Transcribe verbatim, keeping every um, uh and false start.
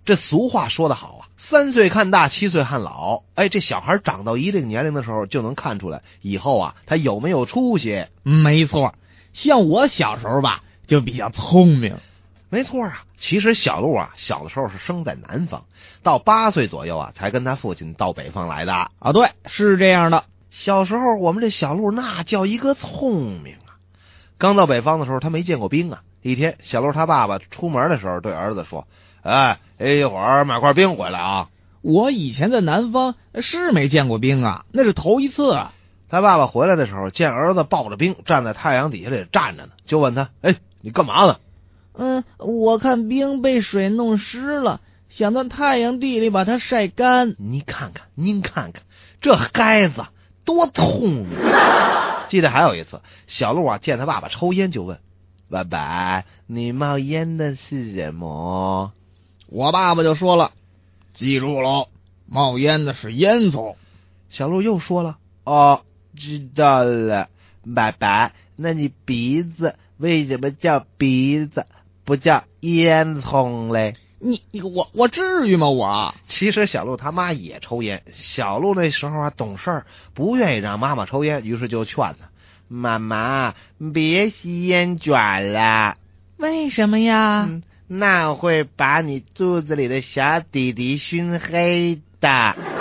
这俗话说得好啊，三岁看大，七岁看老。哎，这小孩长到一定年龄的时候，就能看出来以后啊，他有没有出息。 没错，像我小时候吧，就比较聪明。 没错啊，其实小鹿啊，小的时候是生在南方，到八岁左右啊，才跟他父亲到北方来的啊。对，是这样的。 小时候我们这小鹿那叫一个聪明啊。刚到北方的时候，他没见过冰啊。一天，小鹿他爸爸出门的时候对儿子说：“哎，一会儿买块冰回来啊。” 我以前在南方是没见过冰啊，那是头一次啊。 他爸爸回来的时候，见儿子抱着冰站在太阳底下里站着呢，就问他：“哎，你干嘛呢？” 嗯，我看冰被水弄湿了，想到太阳地里把它晒干。 你看看，您看看，这孩子多聪明！记得还有一次，小鹿啊见他爸爸抽烟就问：“爸爸，你冒烟的是什么？” 我爸爸就说了：“记住喽，冒烟的是烟囱。” 小鹿又说了：“哦，知道了。爸爸，那你鼻子为什么叫鼻子，不叫烟囱嘞？” 你你我我至于吗？我其实小鹿他妈也抽烟，小鹿那时候啊懂事儿，不愿意让妈妈抽烟，于是就劝他：“妈妈，别吸烟卷了。” 为什么呀？ 嗯，那会把你肚子里的小弟弟熏黑的。